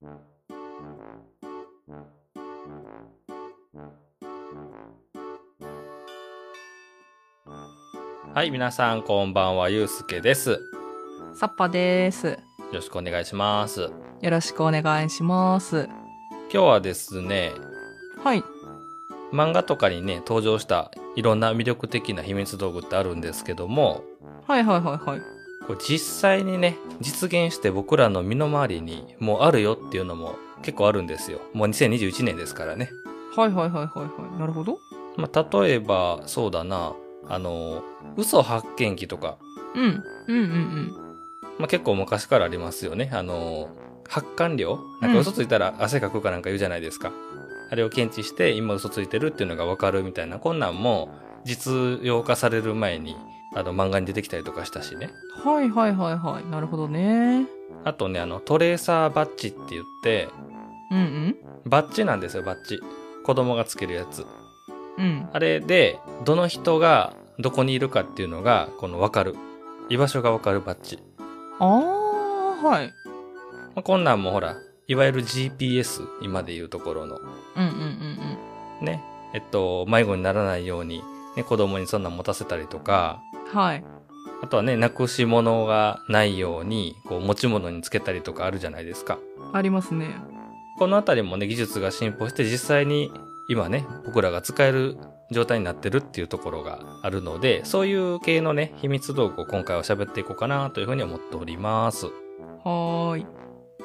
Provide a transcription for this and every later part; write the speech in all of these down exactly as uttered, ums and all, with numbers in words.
はい、皆さんこんばんは、ゆうすけです。よサッパです。 ろしくお願いします。 よろしくお願いします。 今日はですね、 はい。 漫画とかにね、登場したいろんな魅力的な秘密道具ってあるんですけども、 はいはいはいはい。 これ実際にね、実現して僕らの身の回りにもうあるよっていうのも結構あるんですよ。もうにせんにじゅういちねんですからね。 はいはいはいはいはい。なるほど。 まあ、例えば、そうだな、あの、嘘発見器とか、 うん。うんうんうんまあ、結構昔からありますよね。あの、発汗量なんか嘘ついたら汗かくかなんか言うじゃないですか。あれを検知して今嘘ついてるっていうのがわかるみたいな、こんなんも実用化される前にあの漫画に出てきたりとかしたしね。 うん。はいはいはいはい。なるほどね。 あとね、あのトレーサーバッジって言って、 うんうんバッジなんですよ、バッジ。子供がつけるやつ。 うん。 あれでどの人がどこにいるかっていうのがこのわかる。居場所がわかるバッジ。 ああ、はい。 まあ、こんなんもほら、いわゆる ジーピーエス、今で言うところの。 うんうんうんね。えっと、迷子にならないように、ね、子供にそんなん持たせたりとか、 うん。はい。 あとはね、なくし物がないように、こう、持ち物につけたりとかあるじゃないですか。 ありますね。 このあたりもね、技術が進歩して実際に今ね、僕らが使える状態になってるっていうところがあるので、そういう系のね、秘密道具を今回は喋っていこうかなというふうに思っております。 はーい。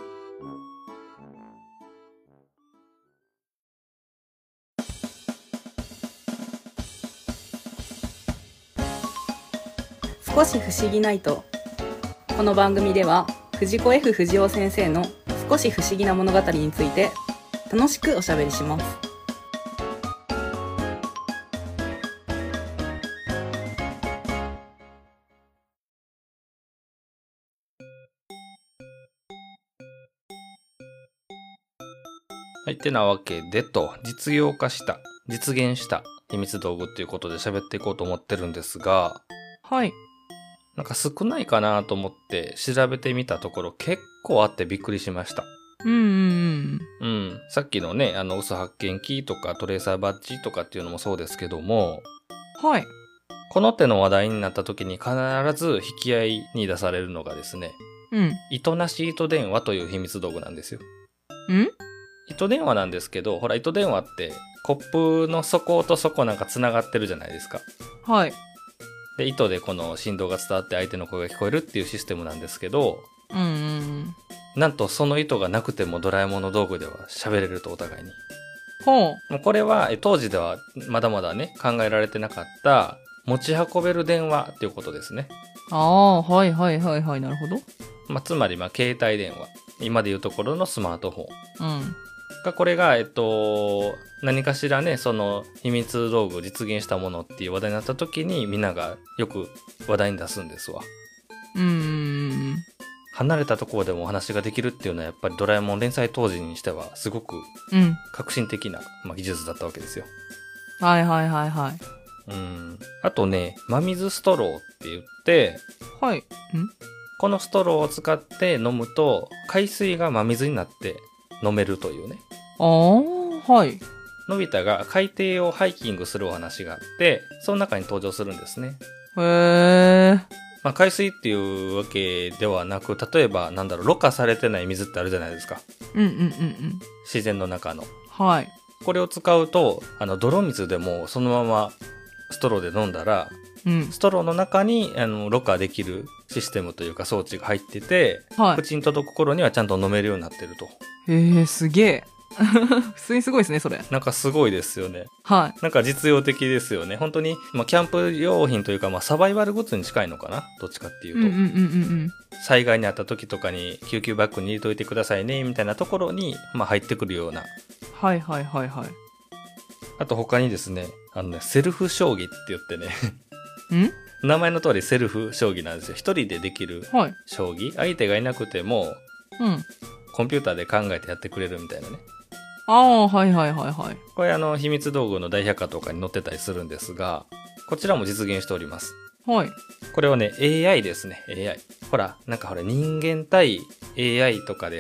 少し不思議ナイト。この番組では藤子 F 不二雄先生の少し不思議な物語について楽しくおしゃべりします。 はい、てなわけでと、実用化した、実現した秘密道具っていうことで喋っていこうと思ってるんですが、 はい。 なんか少ないかなと思って調べてみたところ結構あってびっくりしました。 うんうんうん。さっきのね、あの、嘘発見器とかトレーサーバッジとかっていうのもそうですけども、 うん。はい。 この手の話題になった時に必ず引き合いに出されるのがですね、 うん。 糸なし糸電話という秘密道具なんですよ。 ん糸電話なんですけど、ほら糸電話ってコップの底と底なんか繋がってるじゃないですか。 はい。 で、糸でこの振動が伝わって相手の声が聞こえるっていうシステムなんですけど、 うんうんうん。 なんとその糸がなくてもドラえもんの道具では喋れるとお互いに。 ほう。 もうこれはえ当時ではまだまだね考えられてなかった持ち運べる電話っていうことですね。 ああ、はいはいはいはい。なるほど。 まあ、つまりまあ携帯電話。今でいうところのスマートフォン。 うん。 がこれが、えっと、何かしらね、その秘密道具を実現したものっていう話題になった時にみんながよく話題に出すんですわ。 うんうんうん離れたところでもお話ができるっていうのはやっぱりドラえもん連載当時にしてはすごくうん。うん。 革新的な、まあ、技術だったわけですよ。 はいはいはいはい。 うん。あとね、真水ストローって言って、 はい。んこのストローを使って飲むと海水が真水になって飲めるというね。 ああ、はい。 のび太が海底をハイキングするお話があって、その中に登場するんですね。 へえ。 まあ、海水っていうわけではなく、例えばなんだろう、ろ過されてない水ってあるじゃないですか。 うんうんうんうん。 自然の中の。 はい。 これを使うと、あの、泥水でもそのままストローで飲んだら、 うん。 ストローの中にあのろ過できるシステムというか装置が入ってて、 はい。 口に届く頃にはちゃんと飲めるようになってると。 へえ、すげえ。普通にすごいですね、それ。 なんかすごいですよね。 はなんか実用的ですよね。本当に、まあ、キャンプ用品というか、まあ、サバイバルグッズに近いのかな、どっちかっていい。 うと。 うんうんうんうん災害にあった時とかに救急バッグに入れといてくださいね、みたいなところに、まあ、入ってくるような。 はいはいはいはい。 あと他にですね、あのね、セルフ将棋って言ってね、 ん名前の通りセルフ将棋なんですよ。一人でできるはい。 将棋。相手がいなくても、 うん。 コンピューターで考えてやってくれるみたいなね。 ああ、はいはいはいはい。 これあの、秘密道具の大百科とかに載ってたりするんですが、こちらも実現しております。 はい。 これはね、エーアイ ですね、エーアイ。ほら、なんかほら、人間対 エーアイ とかで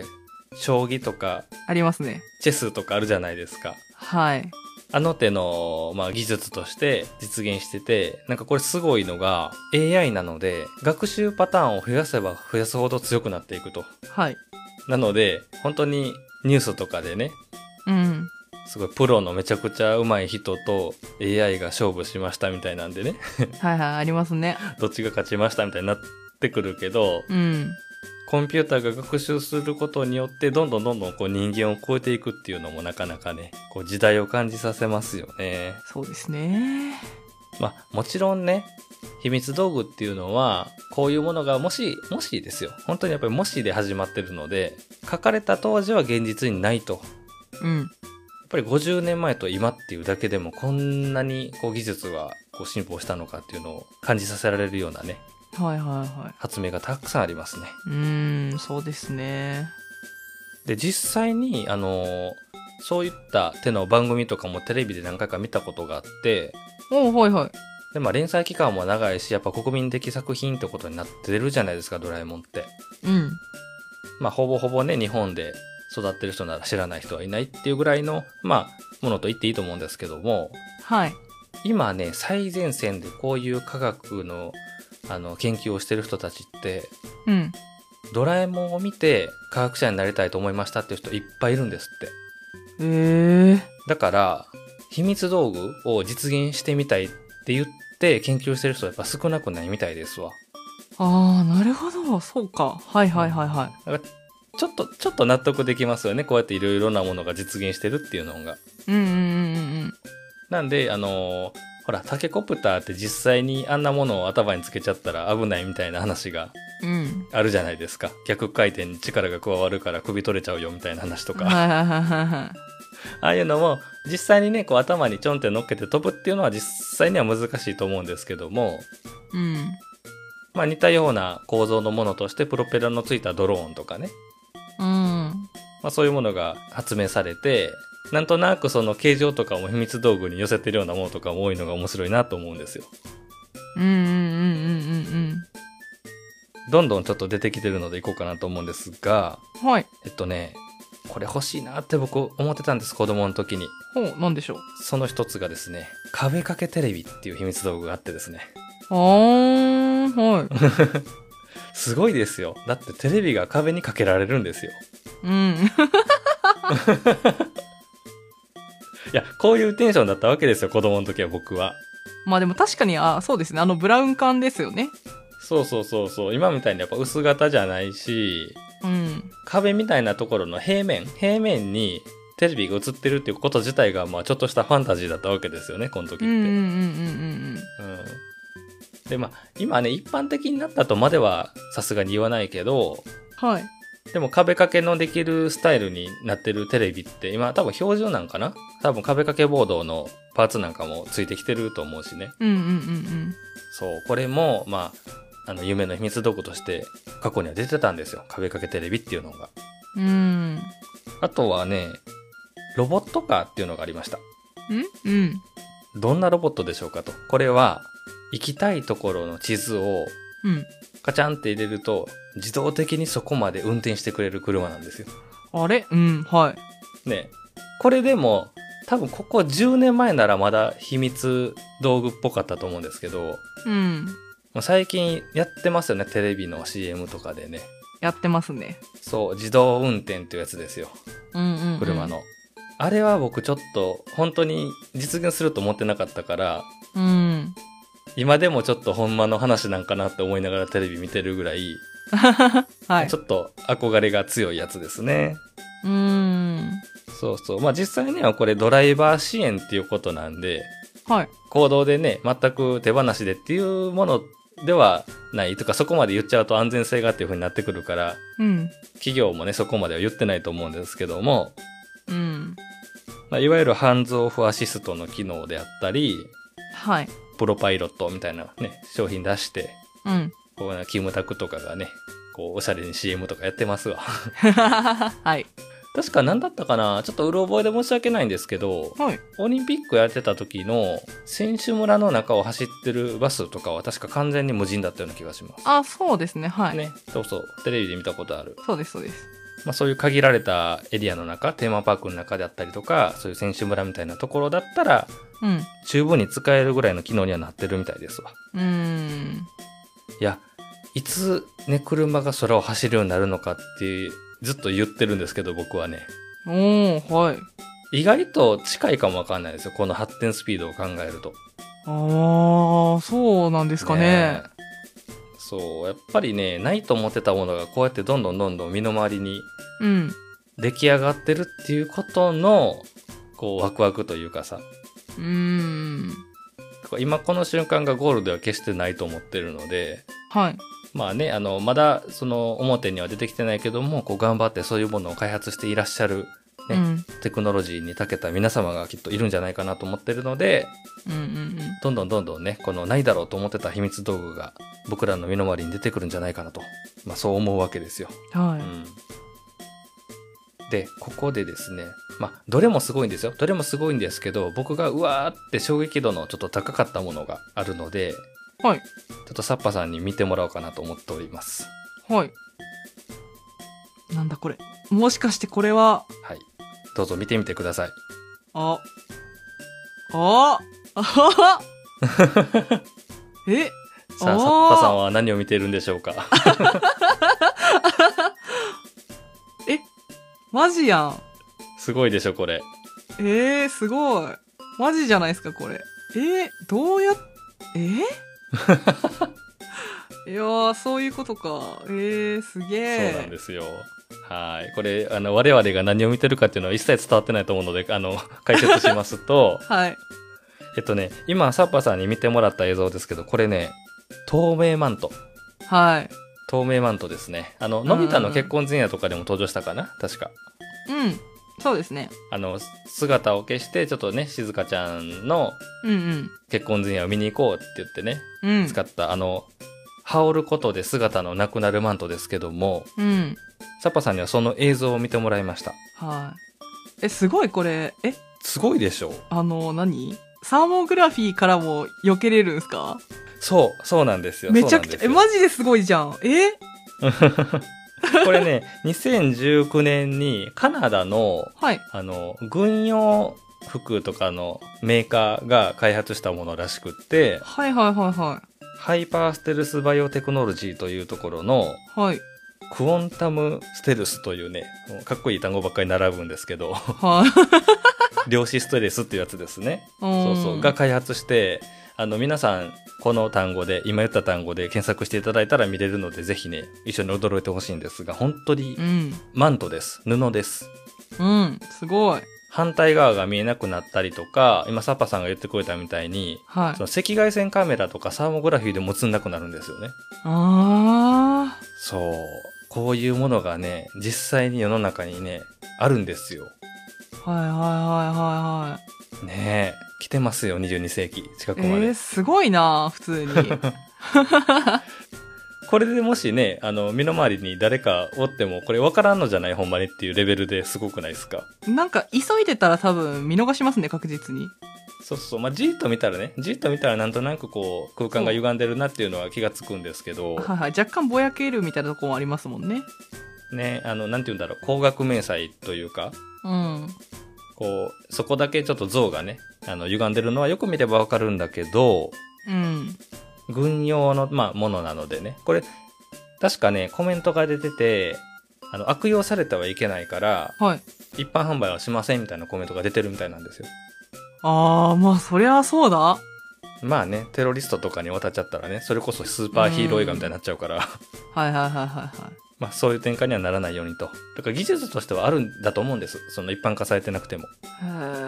将棋とかありますね。 チェスとかあるじゃないですか。 はい。 あの手の、まあ、技術として実現してて、なんかこれすごいのが エーアイ なので、学習パターンを増やせば増やすほど強くなっていくと。 はい。 なので、本当にニュースとかでね、 うん。 すごいプロのめちゃくちゃ上手い人と エーアイ が勝負しましたみたいなんでね、 はいはい、ありますね。 どっちが勝ちましたみたいになってくるけど、 うん。 コンピューターが学習することによってどんどんどんどんこう人間を超えていくっていうのもなかなかね、こう時代を感じさせますよね。 そうですね。 まあもちろんね、秘密道具っていうのはこういうものがもし、もしですよ。本当にやっぱりもしで始まってるので、書かれた当時は現実にないと。 うん。 やっぱりごじゅうねんまえと今っていうだけでもこんなにこう技術はこう進歩したのかっていうのを感じさせられるようなね、 はいはいは発明がたくさんありますね。 い。うーん、そうですね。 で、実際に、あのーそういった手の番組とかもテレビで何回か見たことがあって、 おー、はいはい。 で、まあ連載期間も長いし、やっぱ国民的作品ってことになってるじゃないですか、ドラえもんって。 うん。 まあほぼほぼね、日本で育ってる人なら知らない人はいないっていうぐらいの、まあ、ものと言っていいと思うんですけども、 はい。 今ね、最前線でこういう科学の、あの、研究をしてる人たちって、 うん。 ドラえもんを見て科学者になりたいと思いましたっていう人いっぱいいるんですって。 えー。 だから、秘密道具を実現してみたいって言って研究してる人はやっぱ少なくないみたいですわ。 あー、なるほど。そうか。はいはいはいはい。 だからちょっと、ちょっと納得できますよね。こうやっていろいろなものが実現してるっていうのが。 うんうんうんうんなんで、あのーほら、タケコプターって実際にあんなものを頭につけちゃったら危ないみたいな話がうん。うん。 あるじゃないですか。逆回転に力が加わるから首取れちゃうよみたいな話とか。 はいはいはいはいはい。 ああいうのも実際にね、こう頭にちょんって乗っけて飛ぶっていうのは実際には難しいと思うんですけども、 うん。 まあ似たような構造のものとしてプロペラのついたドローンとかね、 うん。 まあそういうものが発明されて、なんとなくその形状とかも秘密道具に寄せてるようなものとかも多いのが面白いなと思うんですよ。 うんうんうんうんうんうんどんどんちょっと出てきてるのでいこうかなと思うんですが、 うん。はい。 えっとね、これ欲しいなって僕思ってたんです、子供の時に。 ほう、なんでしょう。 その一つがですね、壁掛けテレビっていう秘密道具があってですね。 あー、はい。 すごいですよ。だってテレビが壁にかけられるんですよ。 うん。 いや、こういうテンションだったわけですよ、子供の時は僕は。 まあでも確かに、あ、そうですね。あのブラウン管ですよね。 そうそうそうそう。今みたいにやっぱ薄型じゃないし、 うん。 壁みたいなところの平面、平面にテレビが映ってるっていうこと自体が、まあちょっとしたファンタジーだったわけですよね、この時って。 うんうんうんうんうんで、まあ今ね、一般的になったとまではさすがに言わないけど、 うん。はい。 でも壁掛けのできるスタイルになってるテレビって今多分標準なんかな？多分壁掛けボードのパーツなんかもついてきてると思うしね。 うんうんうんそう、これも、まあ、あの、夢の秘密道具として過去には出てたんですよ。壁掛けテレビっていうのが。 うん。うん。 あとはね、ロボットカーっていうのがありました。 うんうん。 どんなロボットでしょうかと。これは、行きたいところの地図をうん。 カチャンって入れると、自動的にそこまで運転してくれる車なんですよ。 あれうん、はい。 ね。これでも、多分ここじゅうねんまえならまだ秘密道具っぽかったと思うんですけど、 うん。 もう最近やってますよね、テレビの シーエム とかでね。 やってますね。 そう、自動運転っていうやつですよ。 うんうん、うん。 車。の。あれは僕ちょっと本当に実現すると思ってなかったから、 うん。 今でもちょっとほんまの話なんかなって思いながらテレビ見てるぐらい、 はい。 ちょっと憧れが強いやつですね。 うーん。 そうそう。まあ実際にはこれドライバー支援っていうことなんで、 はい。 行動でね、全く手放しでっていうものではないとか、そこまで言っちゃうと安全性がっていう風になってくるから、 うん。 企業もね、そこまでは言ってないと思うんですけども、 うん。 まあ、いわゆるハンズオフアシストの機能であったり、 はい。 プロパイロットみたいなね、商品出して、 うん。 こうキムタクとかがね、こうおしゃれに シーエム とかやってますわ。 はい。 確か何だったかな、ちょっとうろ覚えで申し訳ないんですけど、 はい。 オリンピックやってた時の選手村の中を走ってるバスとかは確か完全に無人だったような気がします。 あ、そうですね。はい。 ね、そうそう、テレビで見たことある。 そうです、そうです。 まあ、そういう限られたエリアの中、テーマパークの中であったりとか、そういう選手村みたいなところだったら、 うん十分に使えるぐらいの機能にはなってるみたいですわ。 うーんいや、いつね、車が空を走るようになるのかってずっと言ってるんですけど、僕はね。 おーはい意外と近いかもわかんないですよ。この発展スピードを考えると。 ああそうなんですかね。 えそう、やっぱりね、ないと思ってたものがこうやってどんどんどんどん身の回りにうん出来上がってるっていうことの、こう、ワクワクというかさ、 うーん今この瞬間がゴールでは決してないと思ってるので、 はいまあね、あの、まだその表には出てきてないけども、こう頑張ってそういうものを開発していらっしゃる、ねうんテクノロジーに長けた皆様がきっといるんじゃないかなと思ってるので、 うんうんどんどんどんどんね、このないだろうと思ってた秘密道具が僕らの身の回りに出てくるんじゃないかなと、まあそう思うわけですよ。 うんはいうん。で、ここでですね、まあ、どれもすごいんですよ。どれもすごいんですけど、僕がうわーって衝撃度のちょっと高かったものがあるので、 はいちょっとサッパさんに見てもらおうかなと思っております。 はいなんだこれもしかしてこれははい。どうぞ見てみてください。 あああははえさあ、 あーサッパさんは何を見ているんでしょうか。 えマジやんすごいでしょ、これ。 えー、すごいマジじゃないですかこれえー、どうやっえーいやーそういうことかえー、すげえそうなんですよ。はい。これ、あの、我々が何を見てるかっていうのは一切伝わってないと思うので、あの、解説しますと、 はいえっとね、今、サッパさんに見てもらった映像ですけど、これね、透明マント。 はい透明マントですね。あの、のび太の結婚前夜とかでも登場したかな確か。 うんそうですねあの、姿を消して、ちょっとね、静香ちゃんのうん結婚前夜を見に行こうって言ってね、 うんうん使った、あの、羽織ることで姿のなくなるマントですけども、 うんサッパさんにはその映像を見てもらいました。 はいえすごいこれえすごいでしょう。 あの何サーモグラフィーからも避けれるんすかそう、そうなんですよ。 めちゃくちゃえそうなんですよマジですごいじゃんえこれね、にせんじゅうきゅうねんにカナダの、 はいあの、軍用服とかのメーカーが開発したものらしくって、 はいはいはいはハイパーステルスバイオテクノロジーというところの、 いはいクオンタムステルスというね、かっこいい単語ばっかり並ぶんですけど、 はい量子ステレスっていうやつですね。 そそうそう。が開発して、あの、皆さん、この単語で、今言った単語で検索していただいたら見れるので、ぜひね、一緒に驚いてほしいんですが、本当にうんマントです。布です。 うんすごい反対側が見えなくなったりとか、今サッパさんが言ってくれたみたいに、 はいその赤外線カメラとかサーモグラフィーでも映んなくなるんですよね。 あそう。こういうものがね、実際に世の中にね、あるんですよ。 ーはいはいはいはいはいねえ。来てますよ、にじゅうに世紀近くえまで。 ー、すごいな普通にこれでもしね、あの、身の回りに誰かおっても、これ分からんのじゃないほんまにっていうレベルですごくないですか？ なんか急いでたら多分見逃しますね確実にそうそう。まあ、じーっと見たらね、じーっと見たらなんとなくこう、空間が歪んでるなっていうのは気がつくんですけど、 はいはい若干ぼやけるみたいなとこもありますもんねね、あの、なんて言うんだろう、光学明細というか、 うんこう、そこだけちょっと像がね、あの、歪んでるのはよく見ればわかるんだけど、 うん軍用の、まあ、ものなのでね、これ、確かね、コメントが出てて、あの、悪用されてはいけないから、 はい一般販売はしませんみたいなコメントが出てるみたいなんですよ。 あーまあそりゃそうだまあね、テロリストとかに渡っちゃったらね、それこそスーパーヒーロー映画みたいになっちゃうから、 はいはいはいはいはいまあそういう展開にはならないようにと。だから技術としてはあるんだと思うんです。その一般化されてなくても。 へ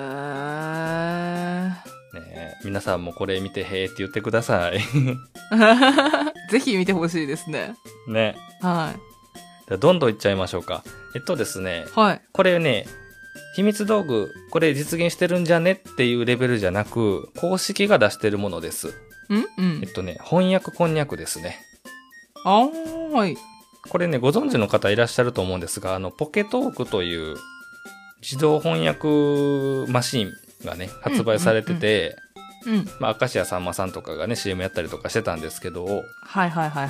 ーねえ、皆さんもこれ見てへーって言ってください。 ぜひ見てほしいですねね。 はじゃあどんどんいっちゃいましょうか。えっとですね、 いはいこれね、秘密道具、これ実現してるんじゃねっていうレベルじゃなく、公式が出してるものです。 うんうんえっとね、翻訳こんにゃくですね。 あーはいこれね、ご存知の方いらっしゃると思うんですが、あの、ポケトークという自動翻訳マシンがね、発売されてて、 うんまあ、明石家さんまさんとかがね、シーエム やったりとかしてたんですけど、 はいはいはいはい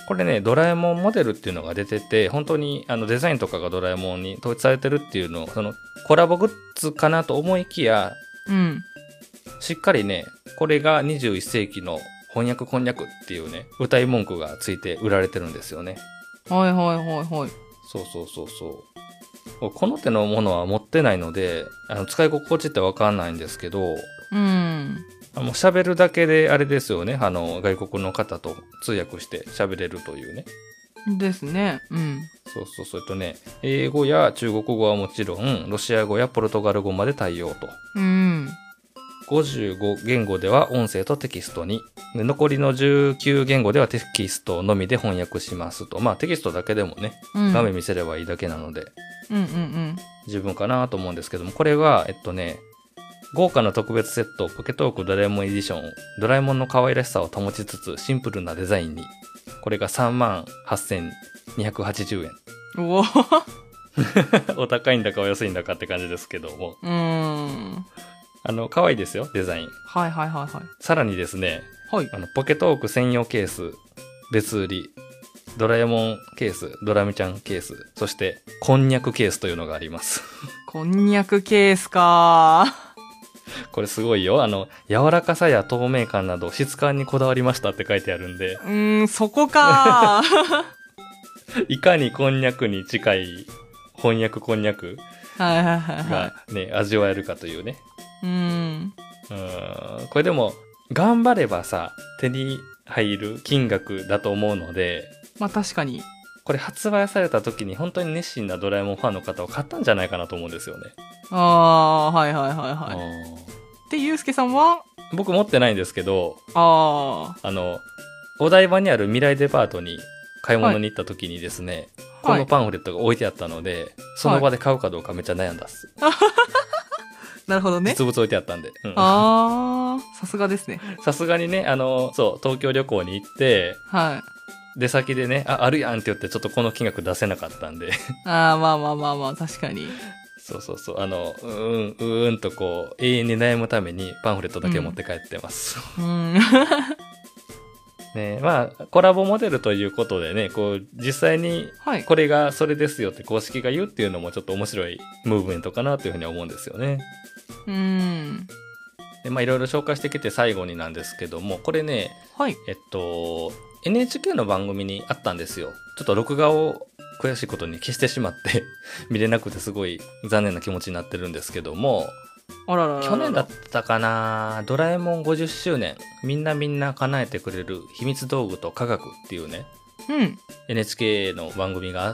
これね、ドラえもんモデルっていうのが出てて、本当にあのデザインとかがドラえもんに統一されてるっていうのを、そのコラボグッズかなと思いきや、 うん。 しっかりね、これがにじゅういっ世紀の翻訳こんにゃくっていうね、歌い文句がついて売られてるんですよね。 はいはいはいはい。 そうそうそうそう。この手のものは持ってないので、あの使い心地ってわかんないんですけど、 うん。 もう喋るだけであれですよね。あの、外国の方と通訳して喋れるというね。 ですね。うん。 そうそう、それとね、英語や中国語はもちろん、ロシア語やポルトガル語まで対応と。 うん。 ごじゅうご言語では音声とテキストに。で残りのじゅうきゅう言語ではテキストのみで翻訳しますと。まあテキストだけでもね、 うん。 画面見せればいいだけなので、 うんうんうん。 十分かなと思うんですけども、これは、えっとね、豪華な特別セット、ポケトークドラえもんエディション、ドラえもんの可愛らしさを保ちつつ、シンプルなデザインに。これがさんまんはっせんにひゃくはちじゅうえん。 うおお高いんだかお安いんだかって感じですけども。 うーん。 あの、可愛いですよ、デザイン。 はいはいはいはい。 さらにですね、 はい。 あの、ポケトーク専用ケース、別売り、ドラえもんケース、ドラミちゃんケース、そして、こんにゃくケースというのがあります。 こんにゃくケースかこれすごいよ。あの、柔らかさや透明感など質感にこだわりましたって書いてあるんで、 うーん、そこかいかにこんにゃくに近い翻訳こんにゃくはいはいはいはがね、味わえるかというね。 い。うーん。 うーん、これでも、頑張ればさ、手に入る金額だと思うので、 まあ確かに。 これ発売された時に本当に熱心なドラえもんファンの方は買ったんじゃないかなと思うんですよね。 ああ、はいはいはいはい。 うんで、ゆうすけさんは僕持ってないんですけど、 ああの、お台場にある未来デパートに買い物に行った時にですね、 あ、はい。 このパンフレットが置いてあったので、その場で買うかどうかめっちゃ悩んだっす。 なるほどね。 実物置いてあったんで。うんああ、さすがですね。 さすがにね、あの、そう、東京旅行に行って、 はい。 出先でね、あ、あるやんって言ってちょっとこの金額出せなかったんで、 ああ、まあまあまあまあ、確かに。 そうそうそう、あの、うーん、うーんとこう、永遠に悩むためにパンフレットだけ持って帰ってます。 うん。 ね、まあ、コラボモデルということでね、こう、実際にはい。 これがそれですよって公式が言うっていうのもちょっと面白いムーブメントかなというふうに思うんですよね。 うん。 で、まあいろいろ紹介してきて最後になんですけども、これね、 はい。 えっと、エヌエイチケー の番組にあったんですよ。ちょっと録画を悔しいことに消してしまって見れなくてすごい残念な気持ちになってるんですけども、 あらららら。 去年だったかな、ドラえもんごじゅっしゅうねん、みんなみんな叶えてくれる秘密道具と科学っていうね、 うん。 エヌエイチケー の番組があって、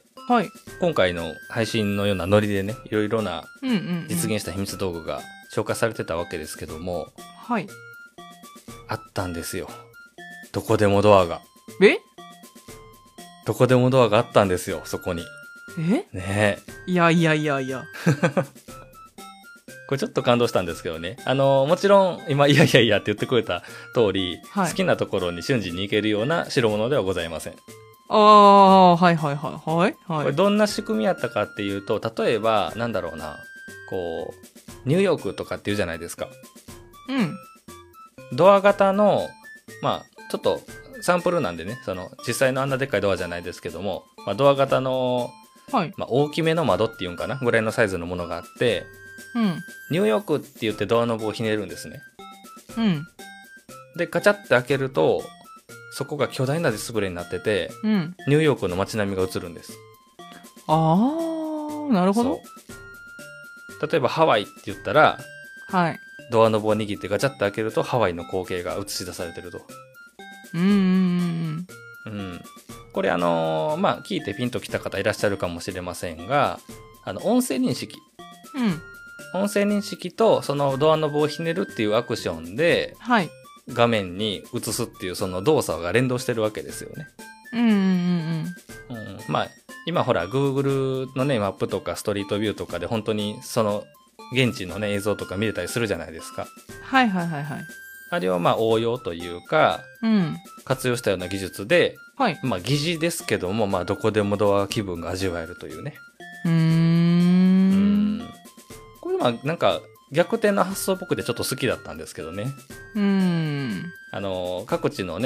はい。 今回の配信のようなノリでね、いろいろなうんうん、うん。 実現した秘密道具が紹介されてたわけですけども、 はい。 あったんですよ。どこでもドアが。 えどこでもドアがあったんですよ、そこに。 えねえ。 いやいやいやいや。 これちょっと感動したんですけどね。あの、もちろん、今、いやいやいやって言ってくれた通り、 はい好きなところに瞬時に行けるような代物ではございません。 ああ、はいはいはい。はい。はい。 これどんな仕組みやったかっていうと、例えば、なんだろうな、こう、ニューヨークとかっていうじゃないですか。 うん。 ドア型の、まあ、ちょっとサンプルなんでね、その、実際のあんなでっかいドアじゃないですけども、まあ、ドア型の、 はい。 まあ、大きめの窓っていうんかなぐらいのサイズのものがあって、 うん。 ニューヨークって言ってドアノブをひねるんですね。 うん。 で、カチャって開けると、そこが巨大なディスプレイになってて、 うん。 ニューヨークの街並みが映るんです。 ああ、なるほど。 そう。例えばハワイって言ったら、 はい。 ドアノブを握ってガチャって開けるとハワイの光景が映し出されてると。 うんうんうんうん。これあのーまあ、聞いてピンときた方いらっしゃるかもしれませんが、あの、音声認識。 うん。うん。 音声認識とそのドアノブをひねるっていうアクションではい。 画面に映すっていうその動作が連動してるわけですよね。 うんうんうんうん。まあ、今ほら Google のね、マップとかストリートビューとかで本当にその現地のね、映像とか見れたりするじゃないですか。 はいはいはいはい。 あれをまあ応用というか、 うん。 活用したような技術で、 はい。 まあ疑似ですけども、まあどこでもドア気分が味わえるというね。 うー。 うんん。これまあなんか逆転の発想僕でちょっと好きだったんですけどね。 うん。 あの、各地のね、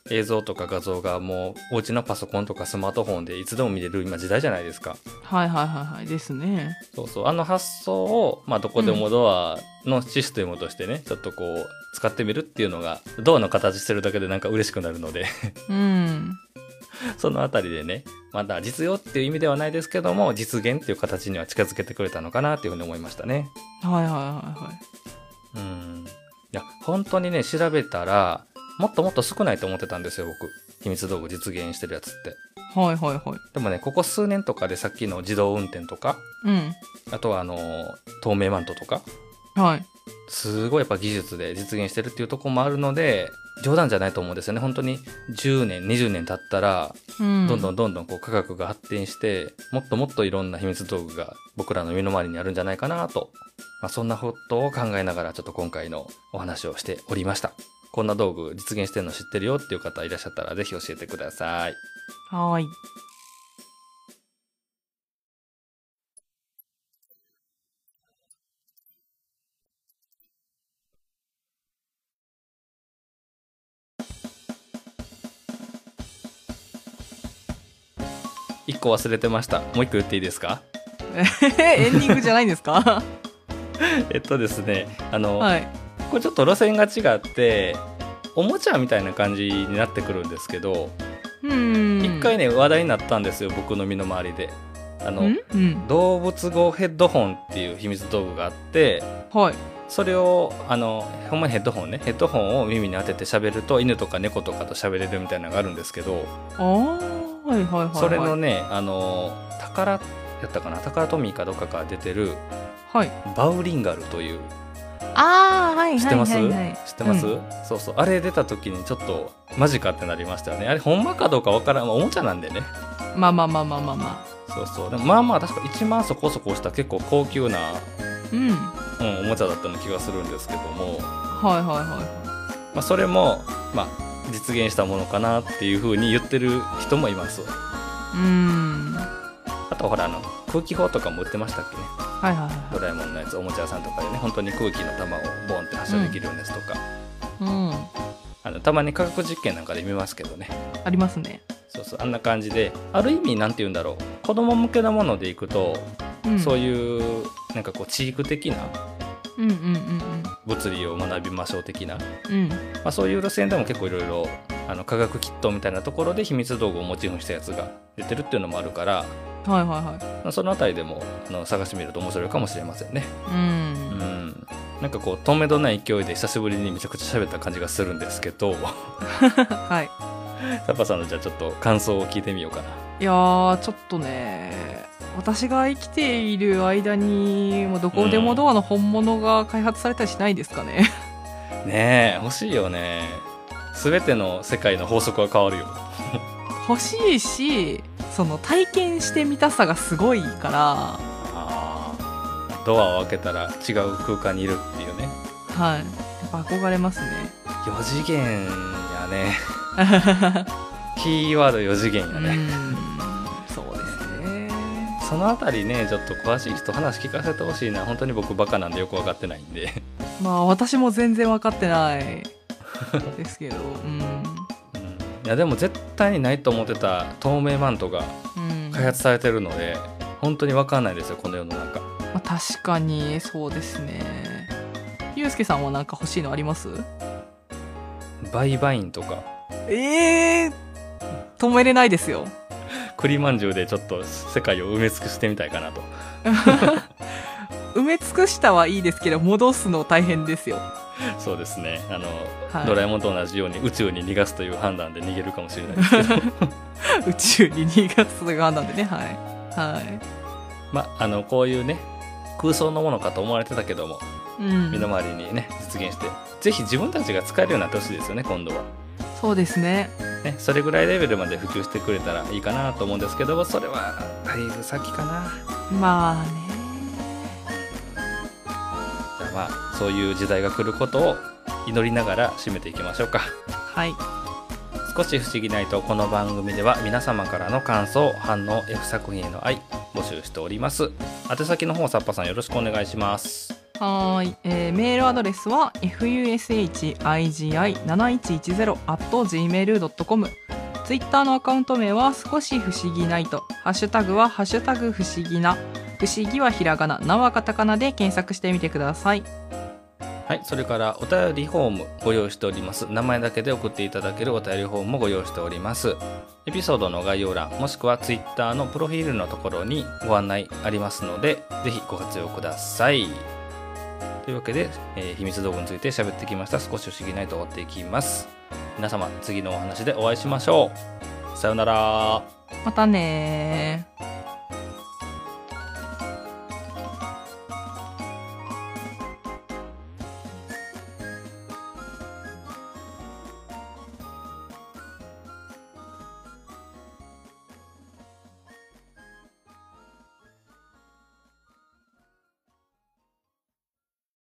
映像とか画像がもうお家のパソコンとかスマートフォンでいつでも見れる今時代じゃないですか。 はいはいはいはいですね。 そうそう、あの発想を、まあ、どこでもドアのシステムとしてね、ちょっとこう使ってみるっていうのがドアの形してるだけでなんか嬉しくなるのでうんそのあたりでね、まだ実用っていう意味ではないですけども実現っていう形には近づけてくれたのかなっていうふうに思いましたね。 はいはいはいはい。 うん、いや本当にね調べたらもっともっと少ないと思ってたんですよ僕、秘密道具実現してるやつって。 はいはいはい。 でもねここ数年とかでさっきの自動運転とか、 うんあとはあの透明マントとかはいすごいやっぱ技術で実現してるっていうところもあるので冗談じゃないと思うんですよね。本当にじゅうねんにじゅうねん経ったら、 うん、 どんどんどんどんこう科学が発展してもっともっといろんな秘密道具が僕らの身の回りにあるんじゃないかなと、まあ、そんなことを考えながらちょっと今回のお話をしておりました。こんな道具実現してるの知ってるよっていう方いらっしゃったらぜひ教えてください。 はい。 一個忘れてました。もう一個言っていいですか？ エンディングじゃないんですか？ えっとですねあの、 はい、 これちょっと路線が違っておもちゃみたいな感じになってくるんですけど、 うん一回ね話題になったんですよ僕の身の回りで。あの、 うんうん、 動物語ヘッドホンっていう秘密道具があって、 はい、 それをあのほんまにヘッドホンねヘッドホンを耳に当てて喋ると犬とか猫とかと喋れるみたいなのがあるんですけど、 あーはいはいはいはい、 それのねあの宝やったかな宝トミーかどっかから出てる、 はい、 バウリンガルという、 あーはい知ってます、 はいはいはい、 知ってます、 うん、 そうそう、あれ出た時にちょっとマジかってなりましたよね。あれほんまかどうかわからん、まあおもちゃなんでね。 まあまあまあまあまあまあ、 そうそう、でもまあまあ確かいちまんそこそこした結構高級な、 うん、 うん、おもちゃだったような気がするんですけども、 はいはいはまあ、それも、まあ、実現したものかなっていう風に言ってる人もいます。 い、うーん、 あとほらあの空気砲とかも売ってましたっけね、 はいはいはドラえもんのやつおもちゃ屋さんとかでね、本当に空気の玉をボンって発射できるようなやつとか、 い、うん、 あのたまに科学実験なんかで見ますけどね。 ありますね。 そうそう、あんな感じである意味なんて言うんだろう、子供向けのものでいくと、 うん、 そういうなんかこう知育的なうんうんうん物理を学びましょう的な、 うんうん、 まあ、そういう路線でも結構いろいろ科学キットみたいなところで秘密道具をモチーフにしたやつが出てるっていうのもあるから、 はいはいはい、 まあ、そのあたりでもあの探してみると面白いかもしれませんね。 うん、 うん、なんかこうとめどない勢いで久しぶりにめちゃくちゃ喋った感じがするんですけどはい。 サッパさんのじゃあちょっと感想を聞いてみようかな。 いやーちょっとね、私が生きている間にもうどこでもドアの本物が開発されたりしないですかね。 うん、ねえ欲しいよね。全ての世界の法則は変わるよ。 欲しいし、その体験してみたさがすごいから、 あドアを開けたら違う空間にいるっていうね。 はい、やっぱ憧れますね。 よ次元やね。キーワードよ次元やね。 うんそうですね。 そのあたりねちょっと詳しい人話聞かせてほしいな。本当に僕バカなんでよく分かってないんで。 まあ私も全然分かってないですけど、うん、 うん、いやでも絶対にないと思ってた透明マントが開発されてるので、うん、本当に分かんないですよこの世の中。 まあ、確かにそうですね。ゆうすけさんは何か欲しいのあります？ バイバインとか。 えー、止めれないですよ。 栗まんじゅうでちょっと世界を埋め尽くしてみたいかなと。 埋め尽くしたはいいですけど戻すの大変ですよ。 そうですね、あの、 はい、 ドラえもんと同じように宇宙に逃がすという判断で逃げるかもしれないですけど宇宙に逃がすという判断でね、はいはい。 まあのこういうね空想のものかと思われてたけども、うん、身の回りにね実現してぜひ自分たちが使えるようになってほしいですよね今度は。 そうですね。 ね、それぐらいレベルまで普及してくれたらいいかなと思うんですけど、それはだいぶ先かな。 まあね。 じゃあまあそういう時代が来ることを祈りながら締めていきましょうか。 はい。 少し不思議ないとこの番組では皆様からの感想、反応、F 作品への愛募集しております。宛先の方サッパさんよろしくお願いします。 はーい、えーメールアドレスは エフユーエスエイチアイジーアイなないちいちゼロ アット ジーメール ドットコム。 ツイッターのアカウント名は少し不思議ナイト。ハッシュタグはハッシュタグ不思議な。不思議はひらがな、なはカタカナで検索してみてください。 はい、それからお便りフォームご用意しております。名前だけで送っていただけるお便りフォームもご用意しております。エピソードの概要欄もしくはツイッターのプロフィールのところにご案内ありますので、ぜひご活用ください。というわけで、えー秘密道具について喋ってきました。少し不思議ないと終わっていきます。皆様次のお話でお会いしましょう。さようなら。 またねー。